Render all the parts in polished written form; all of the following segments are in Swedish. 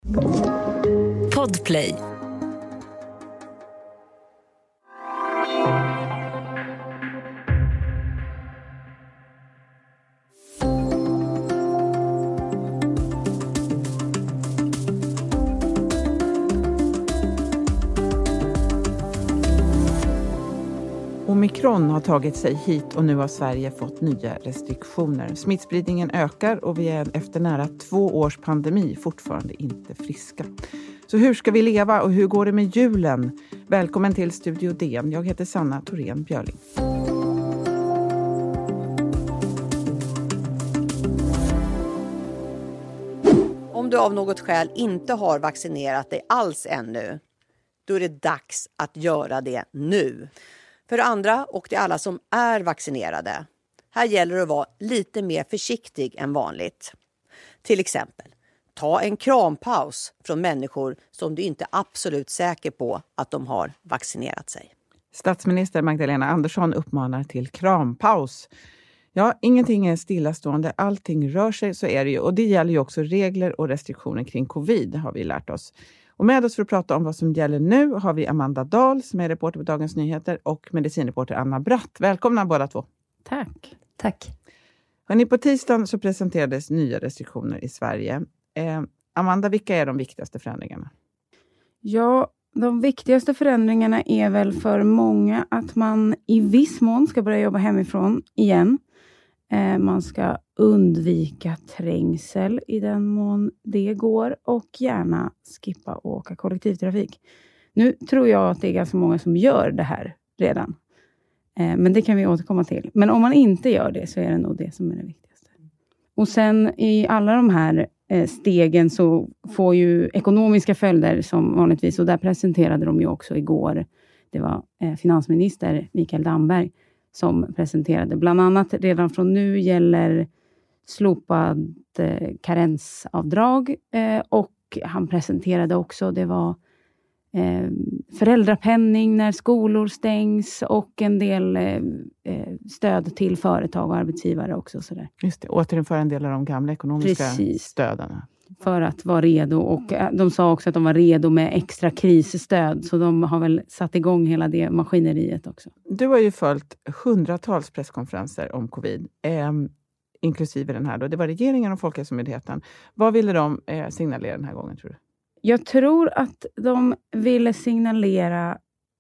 Podplay. Omikron har tagit sig hit och nu har Sverige fått nya restriktioner. Smittspridningen ökar och vi är efter nära 2 års pandemi fortfarande inte friska. Så hur ska vi leva och hur går det med julen? Välkommen till Studio DN. Jag heter Sanna Thorén Björling. Om du av något skäl inte har vaccinerat dig alls ännu, då är det dags att göra det nu. För det andra, och till alla som är vaccinerade, här gäller det att vara lite mer försiktig än vanligt. Till exempel, ta en krampaus från människor som du inte är absolut säker på att de har vaccinerat sig. Statsminister Magdalena Andersson uppmanar till krampaus. Ja, ingenting är stillastående, allting rör sig, så är det ju. Och det gäller ju också regler och restriktioner kring covid, har vi lärt oss. Och med oss för att prata om vad som gäller nu har vi Amanda Dahl som är reporter på Dagens Nyheter och medicinreporter Anna Bratt. Välkomna båda två. Tack. Tack. Hörrni, på tisdagen så presenterades nya restriktioner i Sverige. Amanda, vilka är de viktigaste förändringarna? Ja, de viktigaste förändringarna är väl för många att man i viss mån ska börja jobba hemifrån igen. Man ska undvika trängsel i den mån det går och gärna skippa och åka kollektivtrafik. Nu tror jag att det är ganska många som gör det här redan. Men det kan vi återkomma till. Men om man inte gör det så är det nog det som är det viktigaste. Och sen i alla de här stegen så får ju ekonomiska följder som vanligtvis. Och där presenterade de ju också igår. Det var finansminister Mikael Damberg som presenterade. Bland annat redan från nu gäller slopad karensavdrag. Och han presenterade också, det var föräldrapenning när skolor stängs. Och en del stöd till företag och arbetsgivare också. Sådär. Just det, återinföra en del av de gamla ekonomiska stöden. För att vara redo. Och de sa också att de var redo med extra krisstöd. Så de har väl satt igång hela det maskineriet också. Du har ju följt hundratals presskonferenser om covid. Inklusive den här då. Det var regeringen och Folkhälsomyndigheten. Vad ville de signalera den här gången, tror du? Jag tror att de ville signalera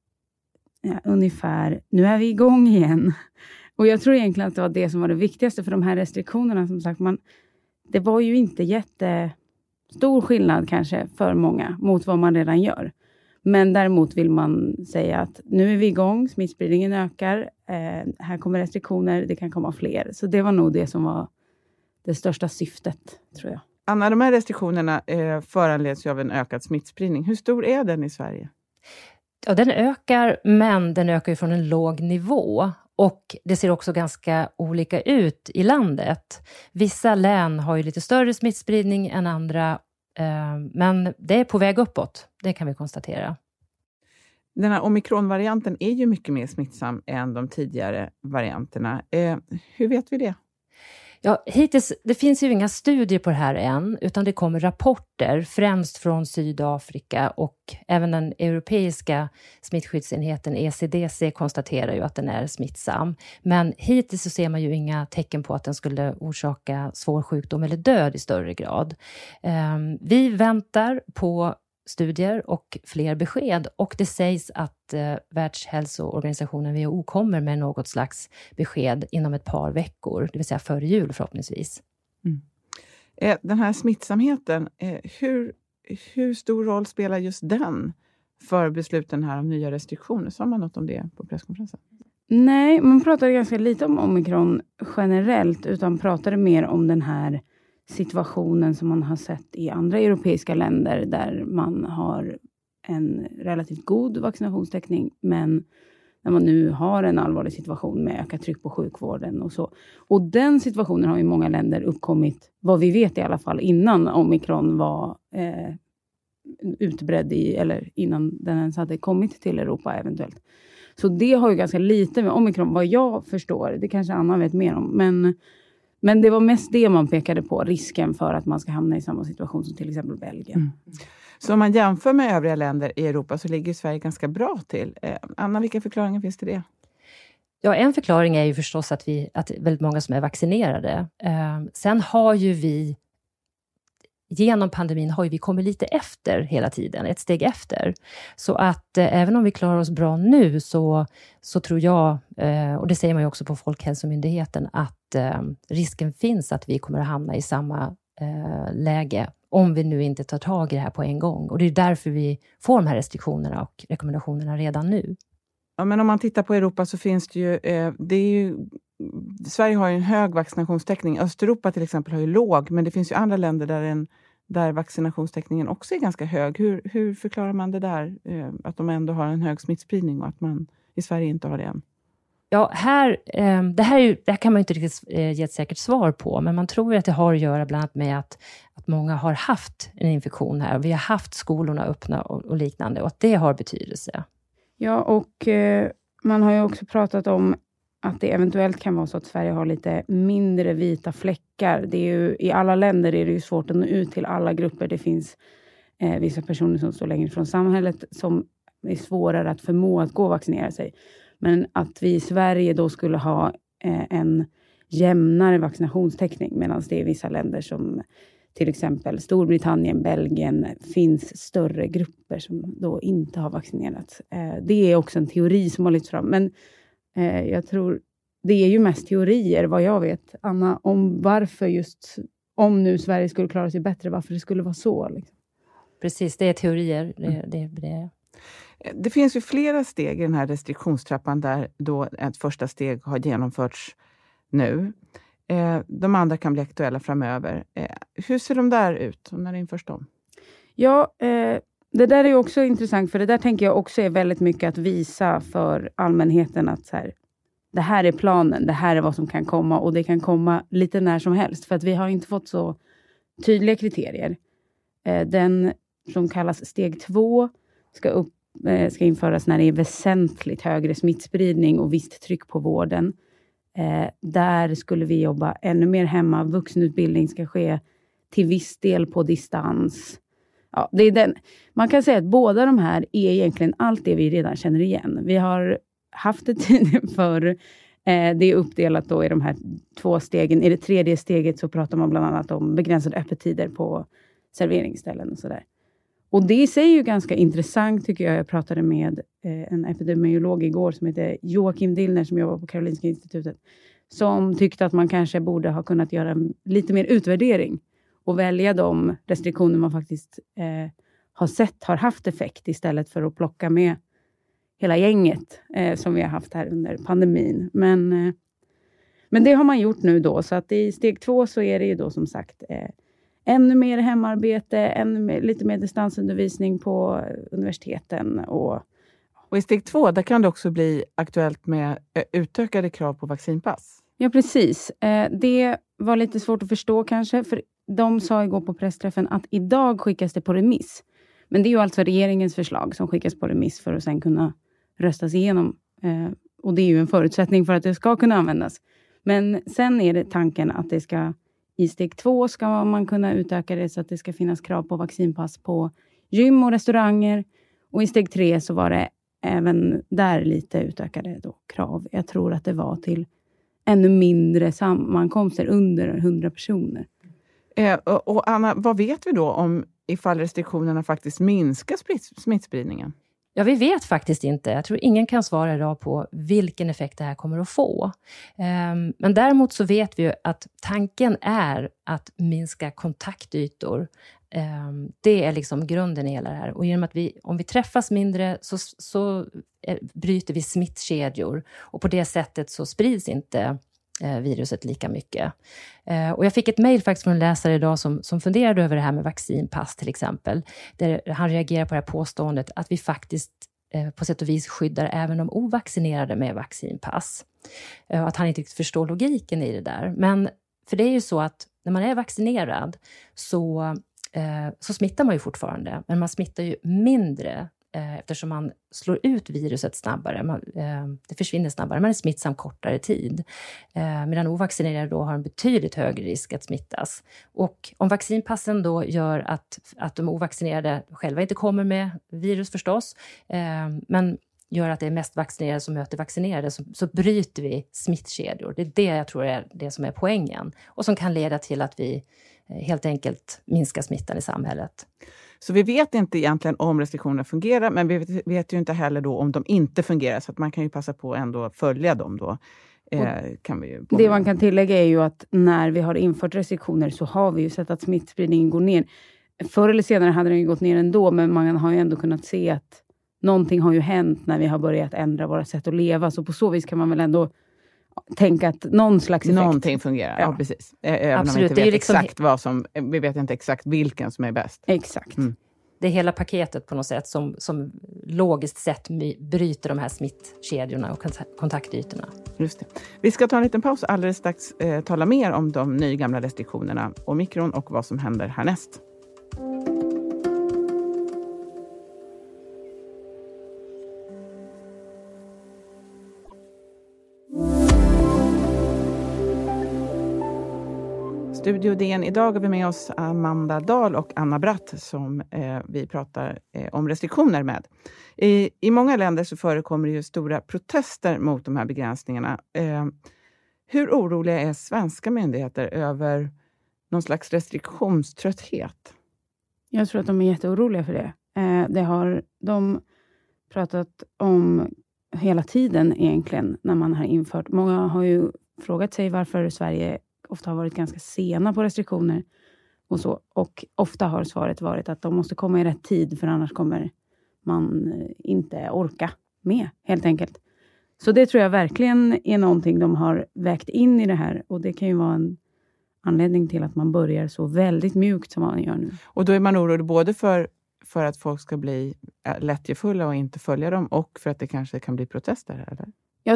ungefär, nu är vi igång igen. Och jag tror egentligen att det var det som var det viktigaste för de här restriktionerna. Som sagt, det var ju inte jättestor skillnad kanske för många mot vad man redan gör. Men däremot vill man säga att nu är vi igång, smittspridningen ökar, här kommer restriktioner, det kan komma fler. Så det var nog det som var det största syftet, tror jag. Anna, de här restriktionerna föranleds ju av en ökad smittspridning. Hur stor är den i Sverige? Ja, den ökar, men den ökar ju från en låg nivå. Och det ser också ganska olika ut i landet. Vissa län har ju lite större smittspridning än andra. Men det är på väg uppåt, det kan vi konstatera. Den här omikronvarianten är ju mycket mer smittsam än de tidigare varianterna. Hur vet vi det? Ja, hittills, det finns ju inga studier på det här än, utan det kommer rapporter främst från Sydafrika, och även den europeiska smittskyddsenheten ECDC konstaterar ju att den är smittsam. Men hittills så ser man ju inga tecken på att den skulle orsaka svår sjukdom eller död i större grad. Vi väntar på studier och fler besked, och det sägs att Världshälsoorganisationen WHO kommer med något slags besked inom ett par veckor, det vill säga före jul förhoppningsvis. Den här smittsamheten, hur stor roll spelar just den för besluten här om nya restriktioner? Sa man något om det på presskonferensen? Nej, man pratade ganska lite om omikron generellt, utan pratade mer om den här situationen som man har sett i andra europeiska länder där man har en relativt god vaccinationstäckning, men när man nu har en allvarlig situation med ökat tryck på sjukvården och så. Och den situationen har i många länder uppkommit, vad vi vet i alla fall, innan omikron var utbredd eller innan den ens hade kommit till Europa eventuellt. Så det har ju ganska lite med omikron, vad jag förstår. Det kanske Anna vet mer om, men Men det var mest det man pekade på, risken för att man ska hamna i samma situation som till exempel Belgien. Mm. Så om man jämför med övriga länder i Europa så ligger Sverige ganska bra till. Anna, vilka förklaringar finns till det? Ja, en förklaring är ju förstås att väldigt många som är vaccinerade. Sen har ju vi, genom pandemin har ju vi kommit lite efter hela tiden, ett steg efter. Så att även om vi klarar oss bra nu så tror jag, och det säger man ju också på Folkhälsomyndigheten, att risken finns att vi kommer att hamna i samma läge om vi nu inte tar tag i det här på en gång. Och det är därför vi får de här restriktionerna och rekommendationerna redan nu. Ja, men om man tittar på Europa så finns det ju, Sverige har ju en hög vaccinationstäckning. Östeuropa till exempel har ju låg, men det finns ju andra länder där vaccinationstäckningen också är ganska hög. Hur förklarar man det där? Att de ändå har en hög smittspridning och att man i Sverige inte har det än? Ja, det här kan man inte riktigt ge ett säkert svar på, men man tror att det har att göra bland annat med att många har haft en infektion här. Vi har haft skolorna öppna och liknande, och att det har betydelse. Ja, och man har ju också pratat om att det eventuellt kan vara så att Sverige har lite mindre vita fläckar. Det är ju, i alla länder är det ju svårt att nå ut till alla grupper. Det finns vissa personer som står längre från samhället som är svårare att förmå att gå och vaccinera sig. Men att vi i Sverige då skulle ha en jämnare vaccinationstäckning, medan det i vissa länder som till exempel Storbritannien, Belgien, finns större grupper som då inte har vaccinerats. Det är också en teori som har lyfts fram. Men jag tror, det är ju mest teorier vad jag vet, Anna, om varför just, om nu Sverige skulle klara sig bättre, varför det skulle vara så. Liksom. Precis, det är teorier. Det finns ju flera steg i den här restriktionstrappan där då ett första steg har genomförts nu. De andra kan bli aktuella framöver. Hur ser de där ut och när införs de? Ja, det där är också intressant, för det där tänker jag också är väldigt mycket att visa för allmänheten att så här, det här är planen, det här är vad som kan komma, och det kan komma lite när som helst, för att vi har inte fått så tydliga kriterier. Den som kallas steg 2 ska införas när det är väsentligt högre smittspridning och visst tryck på vården. Där skulle vi jobba ännu mer hemma. Vuxenutbildning ska ske till viss del på distans. Ja, det är man kan säga att båda de här är egentligen allt det vi redan känner igen. Vi har haft det tidigare för det är uppdelat då i de här 2 stegen. I det 3:e steget så pratar man bland annat om begränsade öppettider på serveringsställen och sådär. Och det i sig är ju ganska intressant, tycker jag. Jag pratade med en epidemiolog igår som heter Joakim Dillner, som jobbar på Karolinska institutet, som tyckte att man kanske borde ha kunnat göra lite mer utvärdering och välja de restriktioner man faktiskt har sett har haft effekt, istället för att plocka med hela gänget som vi har haft här under pandemin. Men det har man gjort nu då, så att i steg 2 så är det ju då som sagt ännu mer hemarbete, lite mer distansundervisning på universiteten. Och i steg 2, där kan det också bli aktuellt med utökade krav på vaccinpass. Ja, precis. Det var lite svårt att förstå kanske, för de sa igår på pressträffen att idag skickas det på remiss. Men det är ju alltså regeringens förslag som skickas på remiss för att sen kunna röstas igenom. Och det är ju en förutsättning för att det ska kunna användas. Men sen är det tanken att det ska, i steg 2 ska man kunna utöka det så att det ska finnas krav på vaccinpass på gym och restauranger. Och i steg 3 så var det även där lite utökade då krav. Jag tror att det var till ännu mindre sammankomster, under 100 personer. Och Anna, vad vet vi då om ifall restriktionerna faktiskt minskar smittspridningen? Ja, vi vet faktiskt inte. Jag tror ingen kan svara idag på vilken effekt det här kommer att få. Men däremot så vet vi ju att tanken är att minska kontaktytor. Det är liksom grunden i hela det här. Och genom att om vi träffas mindre så bryter vi smittkedjor. Och på det sättet så sprids inte viruset lika mycket. Och jag fick ett mejl faktiskt från en läsare idag som funderade över det här med vaccinpass till exempel. Där han reagerar på det här påståendet att vi faktiskt på sätt och vis skyddar även de ovaccinerade med vaccinpass. Att han inte riktigt förstår logiken i det där. Men för det är ju så att när man är vaccinerad så smittar man ju fortfarande. Men man smittar ju mindre eftersom man slår ut viruset snabbare. Det försvinner snabbare, man är smittsam kortare tid. Medan ovaccinerade då har en betydligt högre risk att smittas. Och om vaccinpassen då gör att de ovaccinerade själva inte kommer med virus förstås, men gör att det är mest vaccinerade som möter vaccinerade, så bryter vi smittkedjor. Det är det jag tror är det som är poängen. Och som kan leda till att vi helt enkelt minskar smittan i samhället. Så vi vet inte egentligen om restriktionerna fungerar, men vi vet ju inte heller då om de inte fungerar. Så att man kan ju passa på ändå att följa dem då. Kan vi ju det man kan tillägga är ju att när vi har infört restriktioner så har vi ju sett att smittspridningen går ner. Förr eller senare hade den ju gått ner ändå, men man har ju ändå kunnat se att någonting har ju hänt när vi har börjat ändra våra sätt att leva. Så på så vis kan man väl ändå tänka att någon slags effekt. Någonting fungerar, ja precis. Även absolut. om vi inte vet exakt vi vet inte exakt vilken som är bäst. Exakt. Det är hela paketet på något sätt som logiskt sett bryter de här smittkedjorna och kontaktytorna. Just det. Vi ska ta en liten paus och alldeles strax tala mer om de nygamla restriktionerna, omikron och vad som händer härnäst. Studio DN. Idag har vi med oss Amanda Dahl och Anna Bratt som vi pratar om restriktioner med. I många länder så förekommer det ju stora protester mot de här begränsningarna. Hur oroliga är svenska myndigheter över någon slags restriktionströtthet? Jag tror att de är jätteoroliga för det. Det har de pratat om hela tiden egentligen när man har infört. Många har ju frågat sig varför Sverige ofta har varit ganska sena på restriktioner och så. Och ofta har svaret varit att de måste komma i rätt tid, för annars kommer man inte orka med, helt enkelt. Så det tror jag verkligen är någonting de har vägt in i det här. Och det kan ju vara en anledning till att man börjar så väldigt mjukt som man gör nu. Och då är man orolig både för att folk ska bli lättjefulla och inte följa dem, och för att det kanske kan bli protester, eller?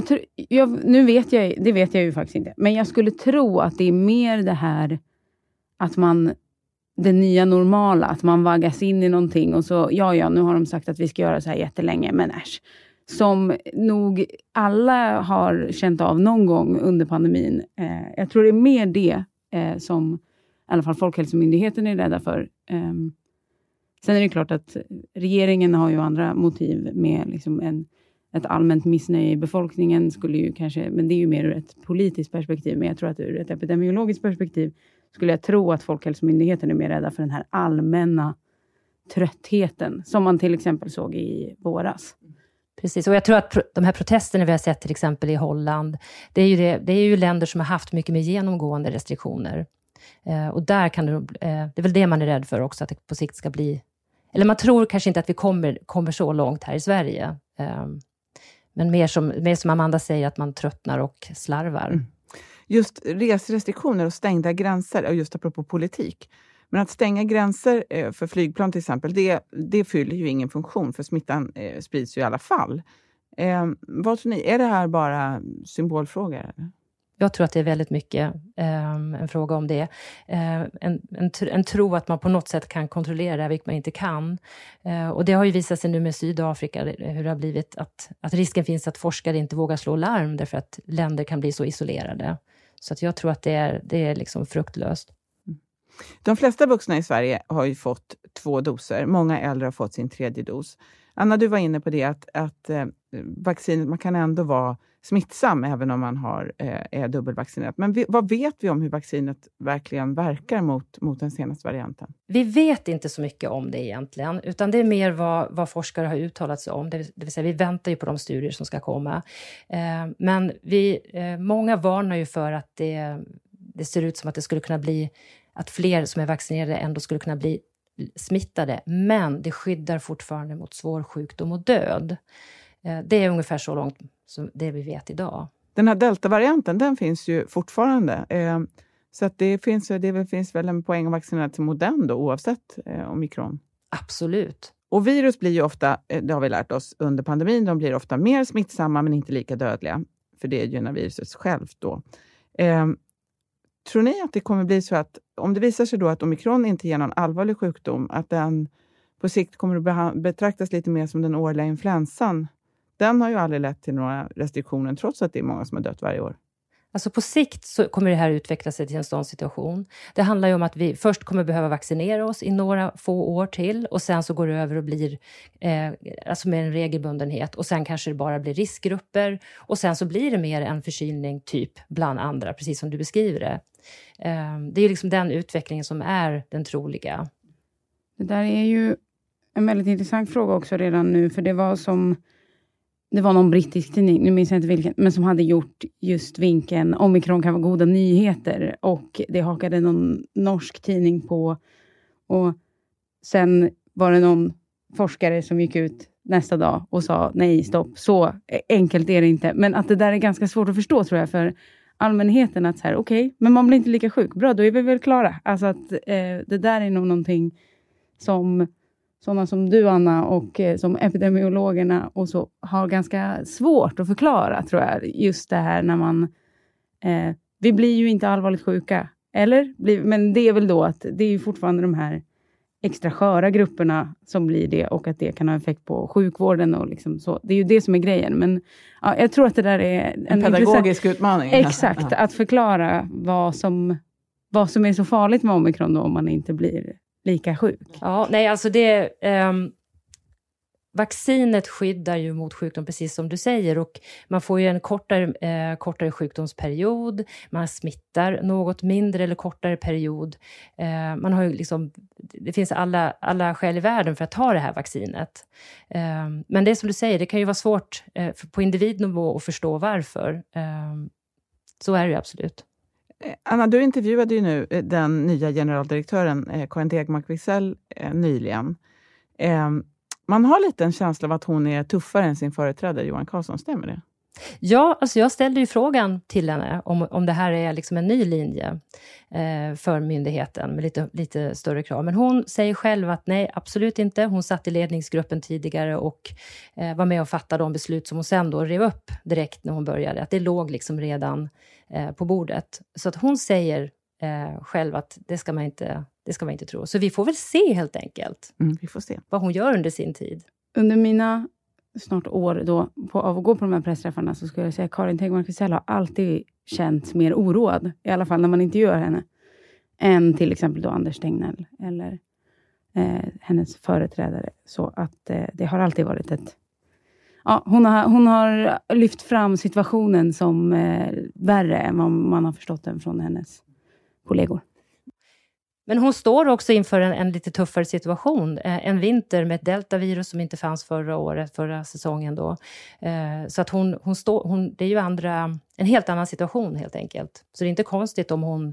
Det vet jag ju faktiskt inte. Men jag skulle tro att det är mer det här att det nya normala, att man vaggas in i någonting och så, nu har de sagt att vi ska göra så här jättelänge, men äsch. Som nog alla har känt av någon gång under pandemin. Jag tror det är mer det som i alla fall Folkhälsomyndigheten är rädda för. Sen är det klart att regeringen har ju andra motiv med liksom ett allmänt missnöje i befolkningen skulle ju kanske, men det är ju mer ur ett politiskt perspektiv. Men jag tror att ur ett epidemiologiskt perspektiv skulle jag tro att Folkhälsomyndigheten är mer rädda för den här allmänna tröttheten som man till exempel såg i våras. Precis, och jag tror att de här protesterna vi har sett till exempel i Holland, det är ju länder som har haft mycket mer genomgående restriktioner. Och där kan det är väl det man är rädd för också, att det på sikt ska bli, eller man tror kanske inte att vi kommer så långt här i Sverige. Men mer som Amanda säger, att man tröttnar och slarvar. Just resrestriktioner och stängda gränser, och just apropå politik. Men att stänga gränser för flygplan till exempel, det fyller ju ingen funktion, för smittan sprids ju i alla fall. Vad tror ni? Är det här bara symbolfrågor? Eller? Jag tror att det är väldigt mycket en fråga om det. En tro att man på något sätt kan kontrollera det här, vilket man inte kan. Och det har ju visat sig nu med Sydafrika hur det har blivit att risken finns att forskare inte vågar slå larm därför att länder kan bli så isolerade. Så att jag tror att det är liksom fruktlöst. De flesta vuxna i Sverige har ju fått 2 doser. Många äldre har fått sin 3:e dos. Anna, du var inne på det att vaccinet, man kan ändå vara smittsam även om man är dubbelvaccinerat. Men vad vet vi om hur vaccinet verkligen verkar mot den senaste varianten? Vi vet inte så mycket om det egentligen, utan det är mer vad forskare har uttalat sig om. Det vill säga, vi väntar ju på de studier som ska komma. Men många varnar ju för att det ser ut som att det skulle kunna bli att fler som är vaccinerade ändå skulle kunna bli smittade. Men det skyddar fortfarande mot svår sjukdom och död. Det är ungefär så långt som det vi vet idag. Den här delta-varianten, den finns ju fortfarande. Så att det finns väl en poäng att vaccinera till mot den då, oavsett omikron? Absolut. Och virus blir ju ofta, det har vi lärt oss under pandemin, de blir ofta mer smittsamma men inte lika dödliga. För det gynnar viruset självt då. Tror ni att det kommer bli så att om det visar sig då att omikron inte ger någon allvarlig sjukdom, att den på sikt kommer att betraktas lite mer som den årliga influensan. Den har ju aldrig lett till några restriktioner trots att det är många som har dött varje år. Alltså på sikt så kommer det här utveckla sig till en sån situation. Det handlar ju om att vi först kommer behöva vaccinera oss i några få år till. Och sen så går det över och blir alltså med en regelbundenhet. Och sen kanske det bara blir riskgrupper. Och sen så blir det mer en förkylning typ bland andra, precis som du beskriver det. Det är ju liksom den utvecklingen som är den troliga. Det där är ju en väldigt intressant fråga också redan nu. För det var någon brittisk tidning, nu minns jag inte vilken, men som hade gjort just vinkeln omikron kan vara goda nyheter. Och det hakade någon norsk tidning på. Och sen var det någon forskare som gick ut nästa dag och sa nej, stopp, så enkelt är det inte. Men att det där är ganska svårt att förstå tror jag för allmänheten. Att så här, okej, men man blir inte lika sjuk. Bra, då är vi väl klara. Alltså att det där är nog någonting som sådana som du, Anna, och som epidemiologerna och så har ganska svårt att förklara, tror jag. Just det här när man... vi blir ju inte allvarligt sjuka, eller? Men det är väl då att det är ju fortfarande de här extra sköra grupperna som blir det och att det kan ha effekt på sjukvården och liksom så. Det är ju det som är grejen. Men ja, jag tror att det där är en pedagogisk utmaning. Exakt, att förklara vad som är så farligt med omikron då om man inte blir lika sjuk. Ja, nej alltså det... vaccinet skyddar ju mot sjukdom precis som du säger och man får ju en kortare sjukdomsperiod, man smittar något mindre eller kortare period. Man har ju liksom, det finns alla skäl i världen för att ta det här vaccinet. Men det är som du säger, det kan ju vara svårt på individnivå att förstå varför. Så är det ju absolut. Anna, du intervjuade ju nu den nya generaldirektören Karin Tegmark Wisell nyligen. Man har lite en känsla av att hon är tuffare än sin företrädare Johan Carlsson, stämmer det? Ja, alltså jag ställde ju frågan till henne om det här är liksom en ny linje för myndigheten med lite större krav. Men hon säger själv att nej, absolut inte. Hon satt i ledningsgruppen tidigare och var med och fattade de beslut som hon sen då rev upp direkt när hon började. Att det låg liksom redan på bordet. Så att hon säger själv att det ska man inte tro. Så vi får väl se helt enkelt. Vi får se. Vad hon gör under sin tid. Under mina snart år då av att gå på de här pressträffarna så skulle jag säga att Karin Tegmark Wisell har alltid känts mer oroad. I alla fall när man intervjuar henne. Än till exempel då Anders Tegnell eller hennes företrädare. Så att det har alltid varit ett... Ja, hon har lyft fram situationen som värre än vad man har förstått den från hennes kollegor. Men hon står också inför en lite tuffare situation. En vinter med ett deltavirus som inte fanns förra säsongen då. Så att det är ju en helt annan situation helt enkelt. Så det är inte konstigt om hon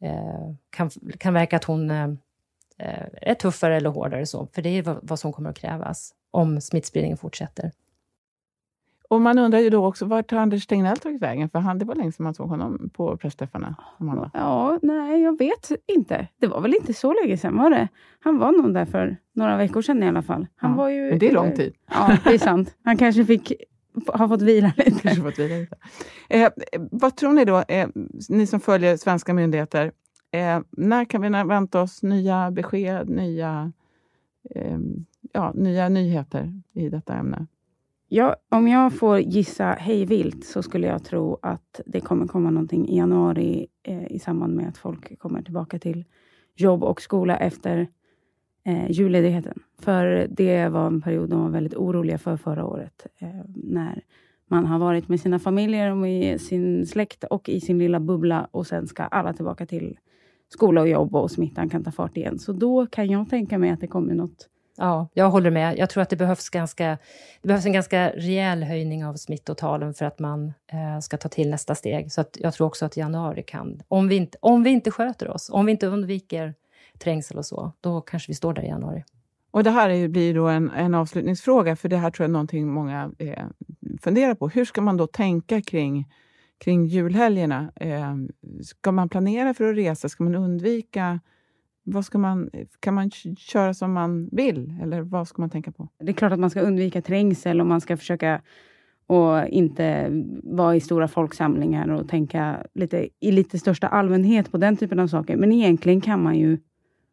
kan verka att hon är tuffare eller hårdare så. För det är vad som kommer att krävas om smittspridningen fortsätter. Och man undrar ju då också, vart har Anders Tegnell tagit vägen? För det var länge som man såg honom på pressträffarna. Ja, nej, jag vet inte. Det var väl inte så länge sedan var det. Han var nog där för några veckor sedan i alla fall. Han var ju, men det är lång tid. Ja, det är sant. Han kanske har fått vila lite. Vad tror ni då, ni som följer svenska myndigheter, när kan vi vänta oss nya besked, nya nyheter i detta ämne? Ja, om jag får gissa hej vilt så skulle jag tro att det kommer komma någonting i januari i samband med att folk kommer tillbaka till jobb och skola efter julledigheten. För det var en period de var väldigt oroliga för förra året. När man har varit med sina familjer och med sin släkt och i sin lilla bubbla och sen ska alla tillbaka till skola och jobb och smittan kan ta fart igen. Så då kan jag tänka mig att det kommer något. Ja, jag håller med. Jag tror att det behövs en ganska rejäl höjning av smittotalen för att man ska ta till nästa steg. Så att jag tror också att januari kan, om vi inte sköter oss, om vi inte undviker trängsel och så, då kanske vi står där i januari. Och det här blir då en avslutningsfråga, för det här tror jag är någonting många funderar på. Hur ska man då tänka kring julhelgerna? Ska man planera för att resa? Ska man undvika... Kan man köra som man vill? Eller vad ska man tänka på? Det är klart att man ska undvika trängsel och man ska försöka och inte vara i stora folksamlingar och tänka i lite största allmänhet på den typen av saker. Men egentligen kan man ju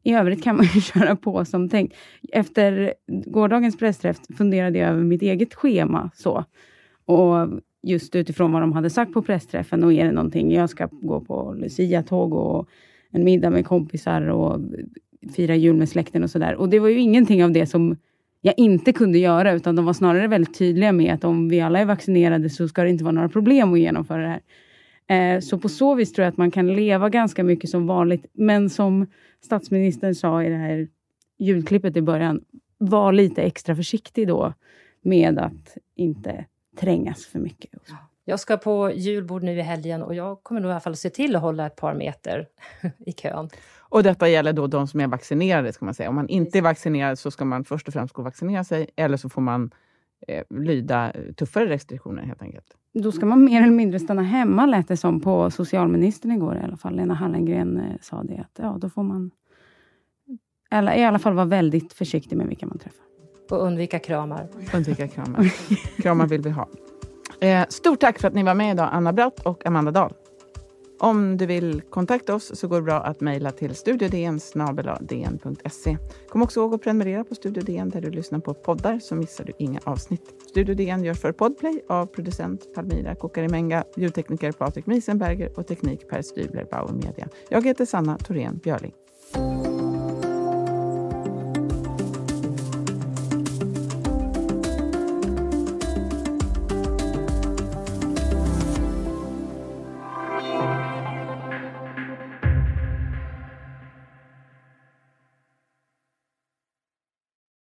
i övrigt kan man ju köra på som tänkt. Efter gårdagens pressträff funderade jag över mitt eget schema. Så. Och just utifrån vad de hade sagt på pressträffen. Och är det någonting, jag ska gå på Lucia-tåg och en middag med kompisar och fira jul med släkten och sådär. Och det var ju ingenting av det som jag inte kunde göra, utan de var snarare väldigt tydliga med att om vi alla är vaccinerade så ska det inte vara några problem att genomföra det här. Så på så vis tror jag att man kan leva ganska mycket som vanligt. Men som statsministern sa i det här ljudklippet i början, var lite extra försiktig då med att inte trängas för mycket. Jag ska på julbord nu i helgen och jag kommer nog i alla fall se till att hålla ett par meter i kön. Och detta gäller då de som är vaccinerade, ska man säga. Om man inte är vaccinerad så ska man först och främst gå och vaccinera sig, eller så får man lyda tuffare restriktioner helt enkelt. Då ska man mer eller mindre stanna hemma, lät det som på socialministern igår i alla fall. Lena Hallengren sa det, att ja, då får man i alla fall vara väldigt försiktig med vilka man träffar. Och undvika kramar. Undvika kramar. Kramar vill vi ha. Stort tack för att ni var med idag, Anna Bratt och Amanda Dahl. Om du vill kontakta oss så går det bra att mejla till studiodn@dn.se. Kom också ihåg att prenumerera på Studio DN där du lyssnar på poddar, så missar du inga avsnitt. Studio DN görs för Podplay av producent Palmira Kokarimenga, ljudtekniker Patrik Miesenberger och teknik Per Stybler Bauer Media. Jag heter Sanna Thorén Björling.